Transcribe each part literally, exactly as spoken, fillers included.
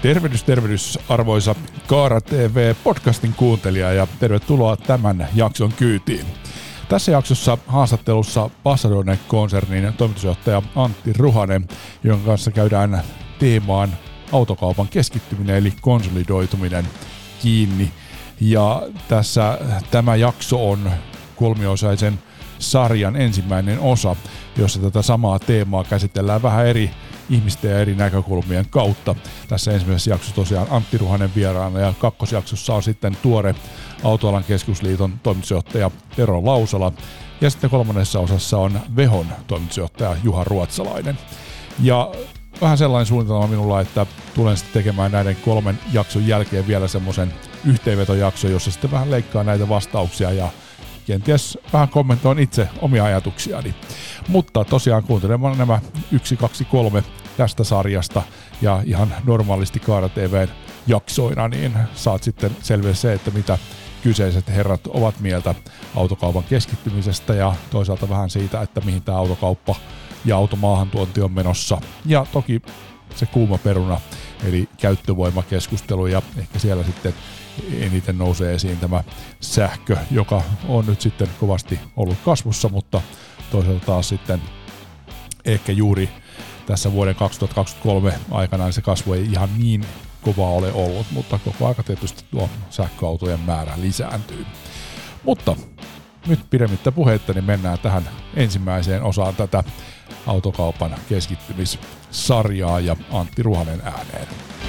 Tervehdys, tervehdys arvoisa Kaara T V-podcastin kuuntelija ja tervetuloa tämän jakson kyytiin. Tässä jaksossa haastattelussa Passadone-konsernin toimitusjohtaja Antti Ruhanen, jonka kanssa käydään teemaan autokaupan keskittyminen eli konsolidoituminen kiinni. Ja tässä tämä jakso on kolmiosaisen sarjan ensimmäinen osa, jossa tätä samaa teemaa käsitellään vähän eri ihmisten ja eri näkökulmien kautta. Tässä ensimmäisessä jaksossa tosiaan Antti Ruhanen vieraana ja kakkosjaksossa on sitten tuore Autoalan keskusliiton toimitusjohtaja Tero Lausala ja sitten kolmannessa osassa on Vehon toimitusjohtaja Juha Ruotsalainen. Ja vähän sellainen suunnitelma minulla, että tulen sitten tekemään näiden kolmen jakson jälkeen vielä semmoisen yhteenvetojakson, jossa sitten vähän leikkaa näitä vastauksia ja kenties vähän kommentoin itse omia ajatuksiani. Mutta tosiaan kuuntelemaan nämä yksi, kaksi, kolme tästä sarjasta ja ihan normaalisti Kaara T V:n jaksoina, niin saat sitten selviä se, että mitä kyseiset herrat ovat mieltä autokaupan keskittymisestä ja toisaalta vähän siitä, että mihin tämä autokauppa ja automaahantuonti on menossa. Ja toki se kuuma peruna, eli käyttövoimakeskustelu ja ehkä siellä sitten eniten nousee esiin tämä sähkö, joka on nyt sitten kovasti ollut kasvussa, mutta toisaalta taas sitten ehkä juuri tässä vuoden kaksituhattakaksikymmentäkolme aikana se kasvu ei ihan niin kovaa ole ollut, mutta koko aika tietysti tuo sähköautojen määrä lisääntyy. Mutta nyt pidemmittä puheitta, niin mennään tähän ensimmäiseen osaan tätä autokaupan keskittymissarjaa ja Antti Ruhanen ääneen.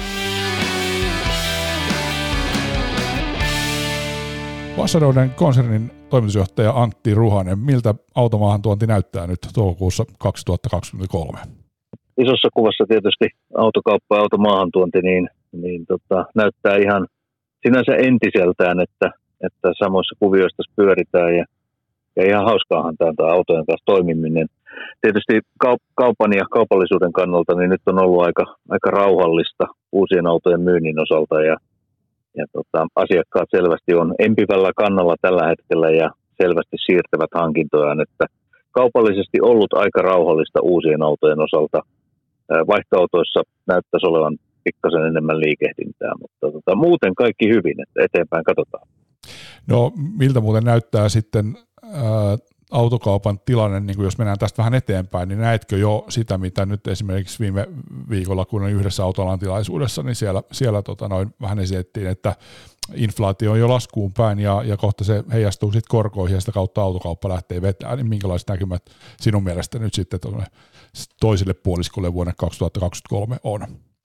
Passadone-konsernin toimitusjohtaja Antti Ruhanen, miltä automaahantuonti näyttää nyt toukokuussa kaksituhattakaksikymmentäkolme? Isossa kuvassa tietysti autokauppa ja automaahantuonti niin, niin tota, näyttää ihan sinänsä entiseltään, että, että samoissa kuvioissa pyöritään ja, ja ihan hauskaahan tämä autojen kanssa toimiminen. Tietysti kaupan ja kaupallisuuden kannalta niin nyt on ollut aika, aika rauhallista uusien autojen myynnin osalta ja Ja tota, asiakkaat selvästi on empivällä kannalla tällä hetkellä ja selvästi siirtävät hankintojaan, että kaupallisesti ollut aika rauhallista uusien autojen osalta. Vaihtoautoissa näyttäisi olevan pikkasen enemmän liikehdintää, mutta tota, muuten kaikki hyvin, että eteenpäin katsotaan. No miltä muuten näyttää sitten ää, autokaupan tilanne, niin kuin jos mennään tästä vähän eteenpäin, niin näetkö jo sitä, mitä nyt esimerkiksi viime viikolla, kun olin yhdessä Autoalan tilaisuudessa, niin siellä, siellä tota noin vähän esitettiin, että inflaatio on jo laskuun päin ja, ja kohta se heijastuu sitten korkoihin ja sitä kautta autokauppa lähtee vetämään, niin minkälaiset näkymät sinun mielestä nyt sitten toiselle puoliskolle vuonna kaksituhattakaksikymmentäkolme on?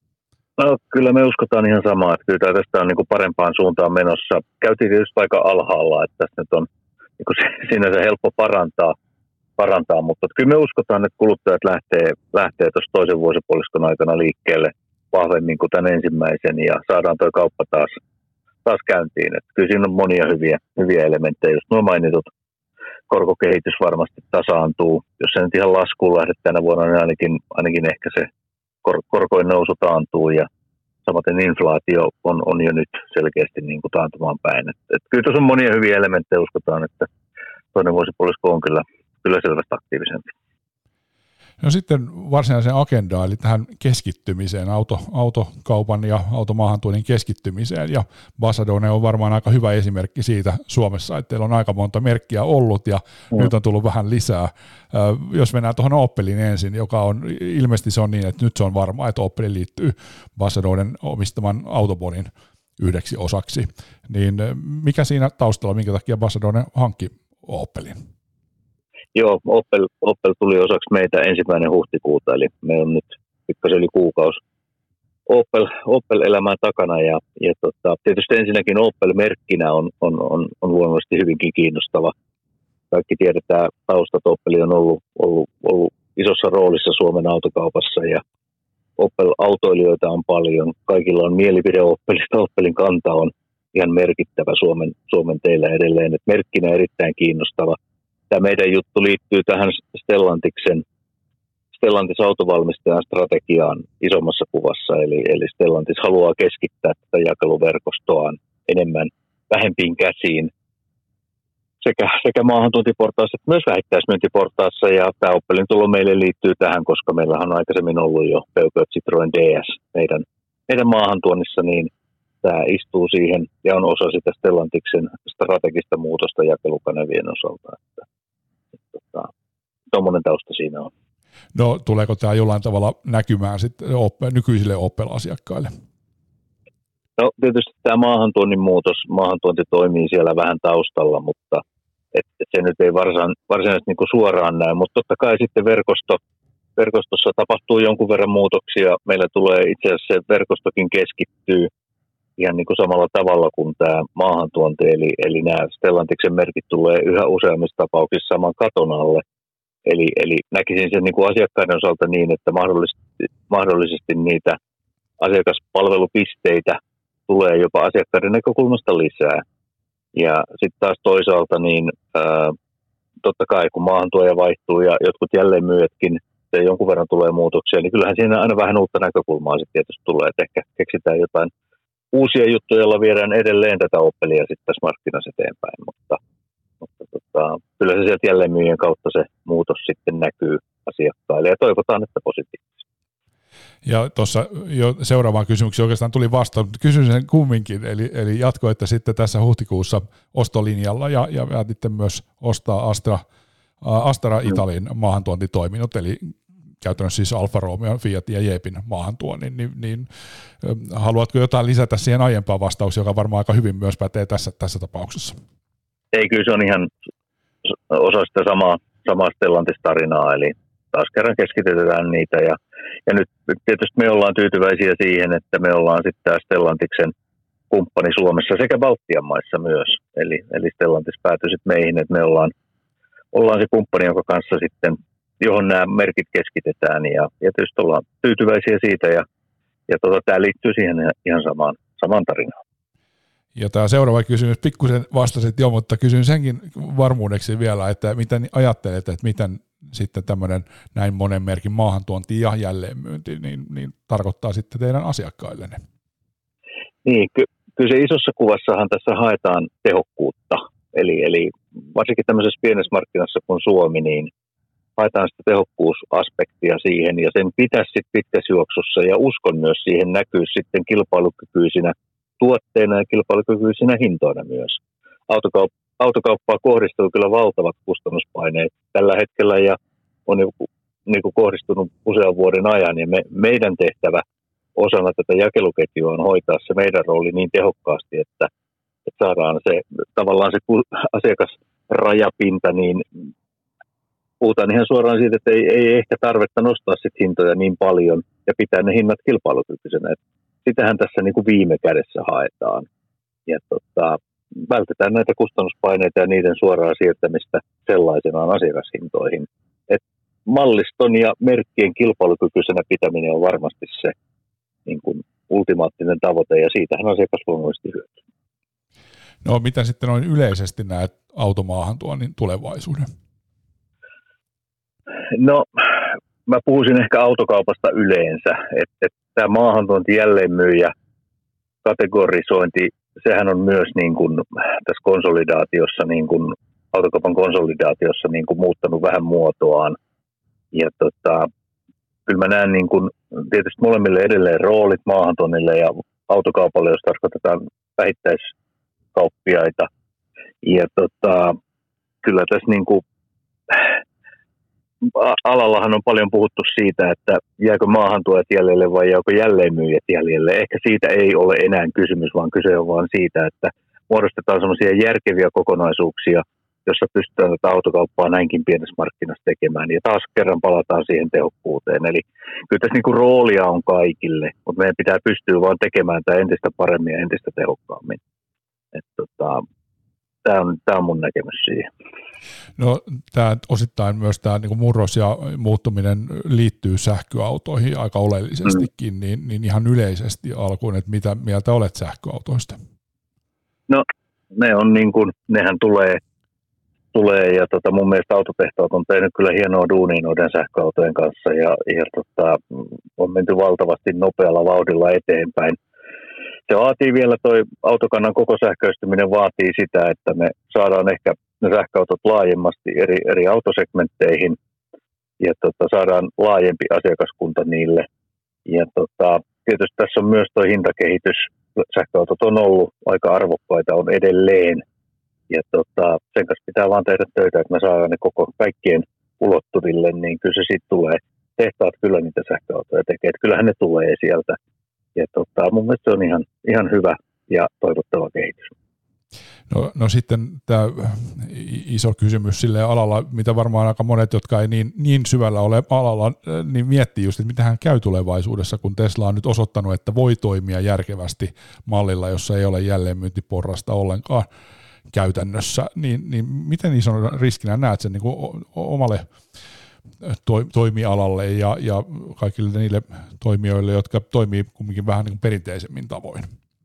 No kyllä me uskotaan ihan samaa, että kyllä tästä on niin kuin parempaan suuntaan menossa. Käytiin tietysti aika alhaalla, että tässä nyt on niin sinänsä helppo parantaa, parantaa, mutta kyllä me uskotaan, että kuluttajat lähtee, lähtee tuossa toisen vuosipuoliskon aikana liikkeelle vahvemmin kuin tämän ensimmäisen ja saadaan tuo kauppa taas, taas käyntiin. Että kyllä siinä on monia hyviä, hyviä elementtejä, just nuo mainitut korkokehitys varmasti tasaantuu. Jos se nyt ihan laskuun lähde tänä vuonna, niin ainakin, ainakin ehkä se kor- korkojen nousu taantuu ja samaten inflaatio on, on jo nyt selkeästi niin kuin taantumaan päin. Et, et kyllä tuossa on monia hyviä elementtejä, uskotaan, että toinen vuosipuolisko on kyllä, kyllä selvästi aktiivisempi. No sitten varsinaisen agendaan, eli tähän keskittymiseen, auto, autokaupan ja automaahantuonnin keskittymiseen, ja Passadone on varmaan aika hyvä esimerkki siitä Suomessa, että teillä on aika monta merkkiä ollut, ja mm. nyt on tullut vähän lisää. Jos mennään tuohon Opelin ensin, joka on, ilmeisesti se on niin, että nyt se on varma, että Opel liittyy Passadonen omistaman Autobonin yhdeksi osaksi, niin mikä siinä taustalla, minkä takia Passadone hankki Opelin? Joo, Opel, Opel tuli osaksi meitä ensimmäinen huhtikuuta, eli meillä on nyt pikkasen yli kuukausi Opel, Opel-elämää takana. Ja, ja tota, tietysti ensinnäkin Opel-merkkinä on, on, on, on luonnollisesti hyvinkin kiinnostava. Kaikki tiedetään taustat, Opel on ollut, ollut, ollut isossa roolissa Suomen autokaupassa ja Opel-autoilijoita on paljon. Kaikilla on mielipide Opelista, Opelin kanta on ihan merkittävä Suomen, Suomen teillä edelleen. Et merkkinä erittäin kiinnostava. Tämä meidän juttu liittyy tähän Stellantiksen, Stellantis autovalmistajan strategiaan isommassa kuvassa, eli, eli Stellantis haluaa keskittää tätä jakeluverkostoaan enemmän vähempiin käsiin sekä, sekä maahantuontiportaassa että myös vähittäismyyntiportaassa, ja tämä Opelin tulo meille liittyy tähän, koska meillä on aikaisemmin ollut jo Peugeot Citroën D S meidän, meidän maahantuonnissa, niin tämä istuu siihen ja on osa sitä Stellantiksen strategista muutosta jakelukanavien osalta. Että, että, että, tuommoinen tausta siinä on. No tuleeko tämä jollain tavalla näkymään sitten nykyisille Opel-asiakkaille? No tietysti tämä maahantuonnin muutos, maahantuonti toimii siellä vähän taustalla, mutta et, et se nyt ei varsin, varsinaisesti niin kuin suoraan näy, mutta totta kai sitten verkosto, verkostossa tapahtuu jonkun verran muutoksia. Meillä tulee itse asiassa se verkostokin keskittyy ihan niin kuin samalla tavalla kuin tämä maahantuonti, eli, eli nämä Stellantiksen merkit tulee yhä useammissa tapauksissa saman katon alle. Eli, eli näkisin sen niin kuin asiakkaiden osalta niin, että mahdollisesti, mahdollisesti niitä asiakaspalvelupisteitä tulee jopa asiakkaiden näkökulmasta lisää. Ja sitten taas toisaalta, niin ää, totta kai kun maahantuoja vaihtuu ja jotkut jälleenmyyjätkin, se jonkun verran tulee muutoksia, niin kyllähän siinä aina vähän uutta näkökulmaa sitten tietysti tulee, että ehkä keksitään jotain uusia juttuja, joilla viedään edelleen tätä Opelia sitten tässä markkinassa eteenpäin, mutta, mutta tota, kyllä se sieltä jälleenmyyjien kautta se muutos sitten näkyy asiakkaille ja toivotaan, että positiivisesti. Ja tuossa jo seuraavaan kysymykseen oikeastaan tuli vastaus, mutta kysyn sen kumminkin, eli, eli jatkoitte sitten tässä huhtikuussa ostolinjalla ja, ja päätitte myös ostaa Astra, Astra Italin mm. maahantuontitoiminnot, eli käytännössä siis Alfa Romeo, Fiat ja Jeepin maahantuonnin, niin, niin haluatko jotain lisätä siihen aiempaan vastaukseen, joka varmaan aika hyvin myös pätee tässä, tässä tapauksessa? Ei, kyllä se on ihan osa sitä samaa, samaa Stellantis-tarinaa, eli taas kerran keskitetään niitä ja Ja nyt tietysti me ollaan tyytyväisiä siihen, että me ollaan sitten Stellantiksen kumppani Suomessa sekä Baltian maissa myös. Eli, eli Stellantis päätyi sitten meihin, että me ollaan, ollaan se kumppani, jonka kanssa sitten, johon nämä merkit keskitetään. Ja, ja tietysti ollaan tyytyväisiä siitä ja, ja tota, tämä liittyy siihen ihan samaan, samaan tarinaan. Ja tämä seuraava kysymys, pikkusen vastasit jo, mutta kysyn senkin varmuudeksi vielä, että miten ajattelet, että miten sitten tämmöinen näin monen merkin maahantuonti ja jälleenmyynti, niin, niin tarkoittaa sitten teidän asiakkaillenne? Niin, ky- kyllä se isossa kuvassahan tässä haetaan tehokkuutta. Eli, eli varsinkin tämmöisessä pienessä markkinassa kuin Suomi, niin haetaan sitä tehokkuusaspektia siihen, ja sen pitäisi sitten pitkässä juoksussa, ja uskon myös siihen näkyy sitten kilpailukykyisinä tuotteina ja kilpailukykyisinä hintoina myös. Autokaup- autokauppaa kohdistuu kyllä valtavat kustannuspaineet tällä hetkellä ja on niin kuin kohdistunut usean vuoden ajan. Ja me, meidän tehtävä osana tätä jakeluketjua on hoitaa se meidän rooli niin tehokkaasti, että, että saadaan se tavallaan se asiakasrajapinta, niin puhutaan ihan suoraan siitä, että ei, ei ehkä tarvetta nostaa sit hintoja niin paljon ja pitää ne hinnat kilpailukykyisenä. Et sitähän tässä niin kuin viime kädessä haetaan. Ja tota, vältetään näitä kustannuspaineita ja niiden suoraa siirtämistä sellaisenaan asiakashintoihin. Et malliston ja merkkien kilpailukykyisenä pitäminen on varmasti se niin kuin ultimaattinen tavoite, ja siitähän asiakas luonnollisesti hyötyy. No mitä sitten noin yleisesti näet automaahantuonnin tulevaisuuden? No mä puhuisin ehkä autokaupasta yleensä, että et tämä maahantuonti jälleenmyyjä kategorisointi, sehän on myös niin kuin tässä konsolidaatiossa, niin kuin autokaupan konsolidaatiossa niin kuin muuttanut vähän muotoaan. Ja tota, kyllä mä näen niin kuin, tietysti molemmille edelleen roolit maahantuonnille ja autokaupalle, jos tarkoitetaan vähittäiskauppiaita. Ja tota, kyllä tässä niin kuin, alallahan on paljon puhuttu siitä, että jääkö maahantuojat jäljelle vai jääkö jälleenmyyjät jäljelle. Ehkä siitä ei ole enää kysymys, vaan kyse on vaan siitä, että muodostetaan sellaisia järkeviä kokonaisuuksia, jossa pystytään tätä autokauppaa näinkin pienessä markkinassa tekemään. Ja taas kerran palataan siihen tehokkuuteen. Eli kyllä tässä niinku roolia on kaikille, mutta meidän pitää pystyä vaan tekemään tämä entistä paremmin ja entistä tehokkaammin. Tota, tämä on, on mun näkemys siihen. No tämä osittain myös tämä niin kuin murros ja muuttuminen liittyy sähköautoihin aika oleellisestikin, mm. niin, niin ihan yleisesti alkuun, että mitä mieltä olet sähköautoista? No ne on niin kuin, nehän tulee, tulee ja tota, mun mielestä autotehtaat on tehnyt kyllä hienoa duunia noiden sähköautojen kanssa ja, ja tota, on menty valtavasti nopealla vauhdilla eteenpäin. Se vaatii vielä, toi autokannan koko sähköistyminen vaatii sitä, että me saadaan ehkä ne sähköautot laajemmasti eri, eri autosegmentteihin ja tota, saadaan laajempi asiakaskunta niille. Ja tota, tietysti tässä on myös tuo hintakehitys. Sähköautot on ollut aika arvokkaita, on edelleen. Ja tota, sen kanssa pitää vaan tehdä töitä, että me saadaan ne koko kaikkien ulottuville, niin kyllä se sitten tulee. Tehtaat kyllä niitä sähköautoja tekee, että kyllähän ne tulee sieltä. Ja tota, mun mielestä se on ihan, ihan hyvä ja toivottava kehitys. No, no sitten tämä iso kysymys sille alalla, mitä varmaan aika monet, jotka ei niin, niin syvällä ole alalla, niin miettii just, että mitähän käy tulevaisuudessa, kun Tesla on nyt osoittanut, että voi toimia järkevästi mallilla, jossa ei ole jälleenmyyntiporrasta ollenkaan käytännössä, niin, niin miten ison riskinä näet sen niin kuin omalle to, toimialalle ja, ja kaikille niille toimijoille, jotka toimii kumminkin vähän niin kuin perinteisemmin tavoin?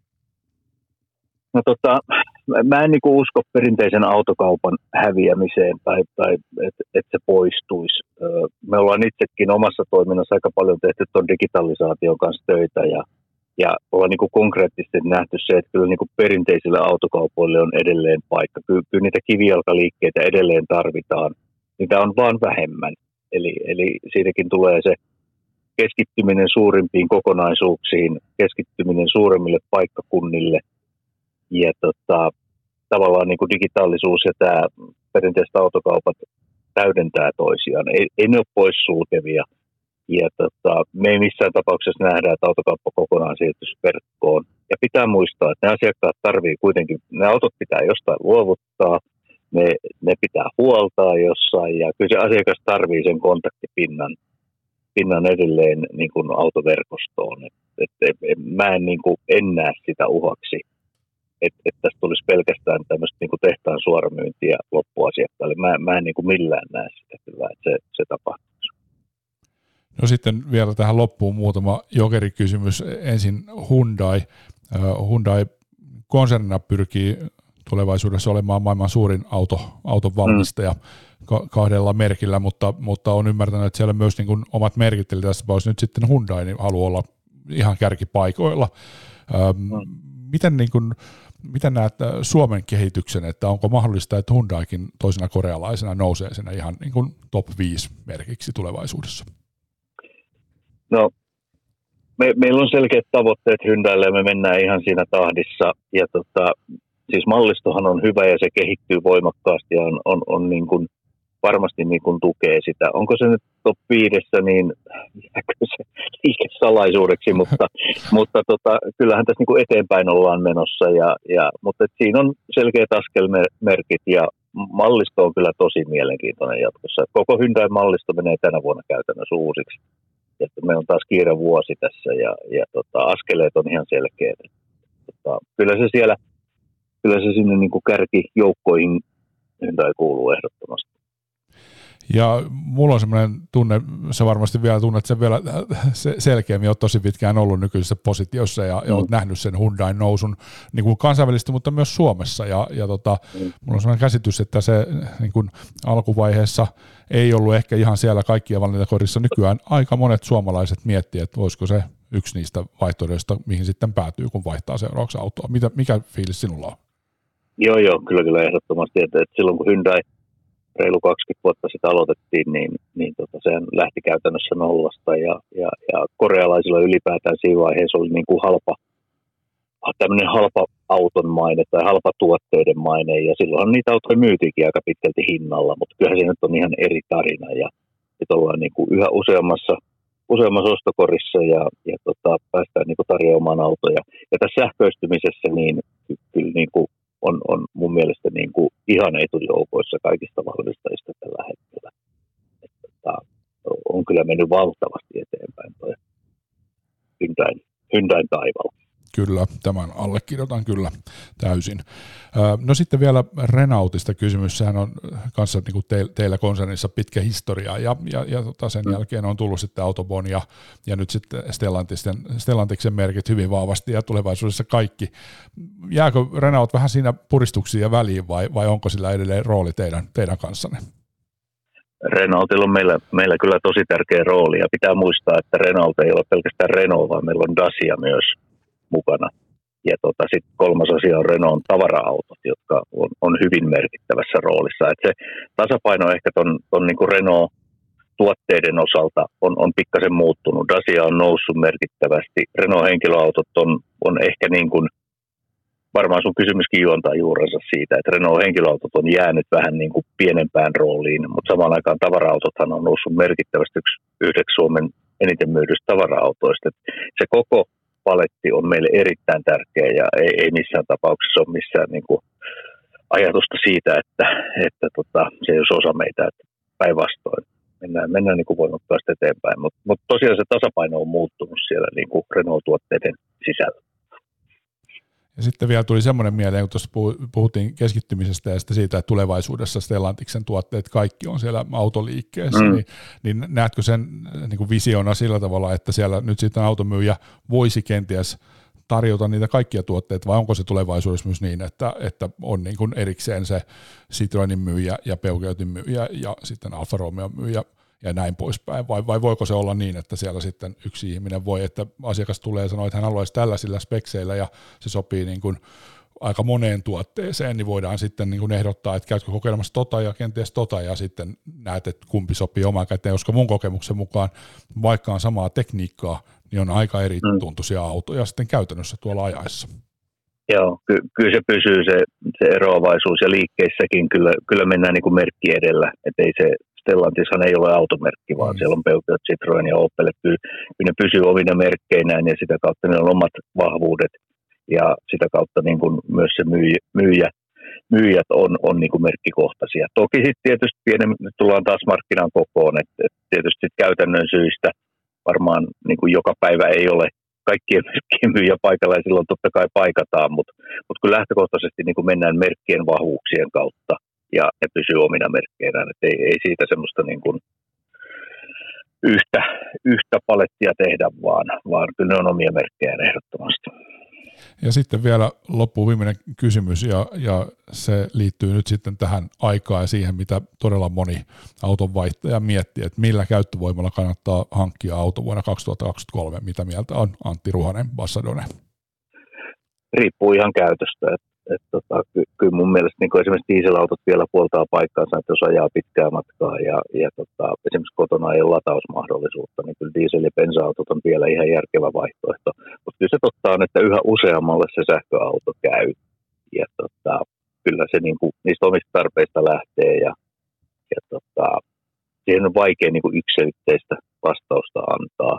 No tota, mä en niinku usko perinteisen autokaupan häviämiseen tai, tai että et se poistuisi. Me ollaan itsekin omassa toiminnassa aika paljon tehty tuon digitalisaation kanssa töitä ja, ja ollaan niinku konkreettisesti nähty se, että kyllä niinku perinteisille autokaupoille on edelleen paikka. Kyllä, kyllä niitä kivijalkaliikkeitä edelleen tarvitaan. Niitä on vaan vähemmän. Eli, eli siitäkin tulee se keskittyminen suurimpiin kokonaisuuksiin, keskittyminen suuremmille paikkakunnille. Ja tota, tavallaan niin kuin digitaalisuus ja tämä perinteiset autokaupat täydentää toisiaan. Ei, ei ne ole poissulkevia. Ja tota, me ei missään tapauksessa nähdä, että autokauppa kokonaan siirtyisi verkkoon. Ja pitää muistaa, että ne asiakkaat tarvii kuitenkin, ne autot pitää jostain luovuttaa, ne, ne pitää huoltaa jossain. Ja kyllä se asiakas tarvii sen kontaktipinnan pinnan edelleen niin kuin autoverkostoon. Et, et, et, mä en, niin kuin, en näe sitä uhaksi. Että et tästä tulisi pelkästään tämmöistä niinku tehtaan suoramyyntiä loppuasiakkaille. Mä, mä en niinku millään näe sitä kyllä, että se, se tapahtuisi. No sitten vielä tähän loppuun muutama jokerikysymys. Ensin Hyundai. Hyundai konsernina pyrkii tulevaisuudessa olemaan maailman suurin auto, auton valmistaja mm. kahdella merkillä, mutta, mutta on ymmärtänyt, että siellä myös niin kuin omat merkit, eli tässä tapauksessa nyt sitten Hyundai niin haluaa olla ihan kärkipaikoilla. Mm. Miten niin kuin Miten näet Suomen kehityksen, että onko mahdollista, että Hyundaikin toisena korealaisena nousee siinä ihan niin kuin top viisi merkiksi tulevaisuudessa? No, me, meillä on selkeät tavoitteet Hyundaille ja me mennään ihan siinä tahdissa. Ja tota, siis mallistohan on hyvä ja se kehittyy voimakkaasti ja on, on, on niin kuin varmasti niin kuin tukee sitä. Onko se nyt top viidessä, niin jääkö se liikesalaisuudeksi, mutta, mutta tota, kyllähän tässä niin kuin eteenpäin ollaan menossa. Ja, ja, mutta siinä on selkeät askelmerkit ja mallisto on kyllä tosi mielenkiintoinen jatkossa. Koko Hyundai-mallisto menee tänä vuonna käytännössä uusiksi. Että meillä on taas kiire vuosi tässä ja, ja tota, askeleet on ihan selkeät. Tota, kyllä se siellä, kyllä se sinne niin kuin kärkijoukkoihin Hyundai kuuluu ehdottomasti. Ja mulla on semmoinen tunne, sä varmasti vielä tunnet sen vielä selkeämmin, olet tosi pitkään ollut nykyisessä positiossa ja, mm. ja olet nähnyt sen Hyundain nousun niin kuin kansainvälisesti, mutta myös Suomessa. Ja, ja tota, mm. mulla on semmoinen käsitys, että se niin kuin alkuvaiheessa ei ollut ehkä ihan siellä kaikkia valintakorissa. Nykyään aika monet suomalaiset miettii, että voisiko se yksi niistä vaihtoehdoista, mihin sitten päätyy, kun vaihtaa seuraavaksi autoa. Mitä, mikä fiilis sinulla on? Joo, joo, kyllä kyllä ehdottomasti. Että, että silloin kun Hyundai reilu kaksikymmentä vuotta sitten aloitettiin, niin, niin tota, sehän lähti käytännössä nollasta ja, ja, ja korealaisilla ylipäätään siinä vaiheessa oli niin kuin halpa, tämmöinen halpa auton maine tai halpa tuotteiden maine ja silloin niitä autoja myytiinkin aika pitkälti hinnalla, mutta kyllähän se nyt on ihan eri tarina ja nyt ollaan niin kuin yhä useammassa, useammassa ostokorissa ja, ja tota, päästään niin kuin tarjoamaan autoja. Ja tässä sähköistymisessä niin kyllä niin kuin On, on mun mielestä niin kuin ihan etujoukoissa kaikista valmistajista tällä hetkellä. Että, on kyllä mennyt valtavasti eteenpäin tuo Hyundain, Hyundain taivaalla. Kyllä, tämän allekirjoitan kyllä täysin. No sitten vielä Renaultista kysymys. Sehän on kanssa niin kuin teillä konsernissa pitkä historia ja, ja, ja tota sen mm. jälkeen on tullut sitten Autobon ja, ja nyt sitten Stellantiksen merkit hyvin vahvasti ja tulevaisuudessa kaikki. Jääkö Renault vähän siinä puristuksia väliin vai, vai onko sillä edelleen rooli teidän, teidän kanssanne? Renaultilla on meillä, meillä kyllä tosi tärkeä rooli ja pitää muistaa, että Renault ei ole pelkästään Renault, vaan meillä on Dacia myös mukana. Ja tota, sitten kolmas asia on Renaultin tavara-autot, jotka on, on hyvin merkittävässä roolissa. Et se tasapaino ehkä ton, ton niinku Renault, tuotteiden osalta on, on pikkasen muuttunut. Dacia on noussut merkittävästi. Renault-henkilöautot on, on ehkä niin kuin, varmaan sun kysymyskin juontaa juurensa siitä, että Renault-henkilöautot on jäänyt vähän niin kuin pienempään rooliin, mutta samaan aikaan tavara-autothan on noussut merkittävästi yksi, yhdeksi Suomen eniten myydystä tavara-autoista. Et se koko paletti on meille erittäin tärkeä ja ei, ei missään tapauksessa ole missään niin kuin ajatusta siitä, että, että tota, se ei olisi osa meitä, että päinvastoin. Mennään, mennään niin kuin voimakkaasti eteenpäin, mutta mut tosiaan se tasapaino on muuttunut siellä niin kuin Renault-tuotteiden sisällä. Ja sitten vielä tuli semmoinen mieleen, kun tuossa puhuttiin keskittymisestä ja sitten siitä, että tulevaisuudessa Stellantiksen tuotteet kaikki on siellä autoliikkeessä, mm. niin, niin näetkö sen niin kuin visiona sillä tavalla, että siellä nyt sitten automyyjä voisi kenties tarjota niitä kaikkia tuotteita, vai onko se tulevaisuudessa myös niin, että, että on niin kuin erikseen se Citroenin myyjä ja Peugeotin myyjä ja sitten Alfa Romeon myyjä ja näin poispäin, vai, vai voiko se olla niin, että siellä sitten yksi ihminen voi, että asiakas tulee ja sanoo, että hän haluaisi tällaisilla spekseillä ja se sopii niin kuin aika moneen tuotteeseen, niin voidaan sitten niin kuin ehdottaa, että käytkö kokeilemassa tota ja kenties tota ja sitten näet, että kumpi sopii omaan käteen, koska mun kokemuksen mukaan vaikka on samaa tekniikkaa, niin on aika eri tuntuisia autoja sitten käytännössä tuolla ajaessa. Joo, ky- kyllä se pysyy se, se eroavaisuus ja liikkeissäkin kyllä, kyllä mennään niin kuin merkki edellä, että ei se Stellantishan ei ole automerkki, vaan mm. siellä on Peugeot, Citroen ja Opel, kyllä, kyllä ne pysyy omina merkkeinään ja sitä kautta ne on omat vahvuudet ja sitä kautta niin kuin myös se myyjä, myyjä, myyjät on, on niin kuin merkkikohtaisia. Toki sitten tietysti pienemmän tullaan taas markkinan kokoon, että, että tietysti käytännön syistä varmaan niin kuin joka päivä ei ole kaikkien merkkien myyjä paikalla ja silloin totta kai paikataan, mutta, mutta kyllä lähtökohtaisesti niin kuin mennään merkkien vahvuuksien kautta ja ne pysyy omina merkkeinään, että ei, ei siitä semmoista niin kuin yhtä, yhtä palettia tehdä, vaan, vaan kyllä ne on omia merkkejä ehdottomasti. Ja sitten vielä loppuun viimeinen kysymys, ja, ja se liittyy nyt sitten tähän aikaan ja siihen, mitä todella moni autonvaihtaja miettii, että millä käyttövoimalla kannattaa hankkia auto vuonna kaksituhattakaksikymmentäkolme. Mitä mieltä on Antti Ruhanen, Bassadone? Riippuu ihan käytöstä. Et, et, tota, ky- kyllä mun mielestä niin esimerkiksi dieselautot vielä puoltaa paikkaansa, että jos ajaa pitkää matkaa ja, ja tota, esimerkiksi kotona ei ole latausmahdollisuutta, niin kyllä diesel- ja bensa-autot on vielä ihan järkevä vaihtoehto. Mutta kyllä se totta on, että yhä useammalle se sähköauto käy. Ja tota, kyllä se niin kuin, niistä omista tarpeista lähtee ja, ja tota, siihen on vaikea niin kuin yksiselitteistä vastausta antaa.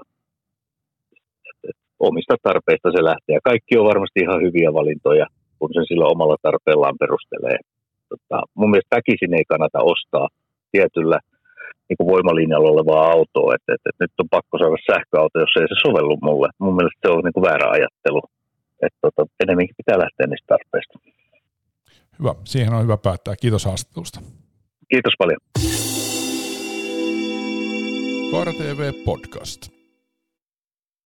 Et, et, omista tarpeista se lähtee ja kaikki on varmasti ihan hyviä valintoja, kun sen sillä omalla tarpeellaan perustelee. Tota, mun mielestä väkisin ei kannata ostaa tietyllä niin kuin voimalinjalla olevaa autoa, että et, et nyt on pakko saada sähköauto, jos ei se sovellu mulle. Mun mielestä se on niin kuin väärä ajattelu. Että tota, enemmänkin pitää lähteä niistä tarpeista. Hyvä, siihen on hyvä päättää. Kiitos haastattelusta. Kiitos paljon. Kaara T V Podcast.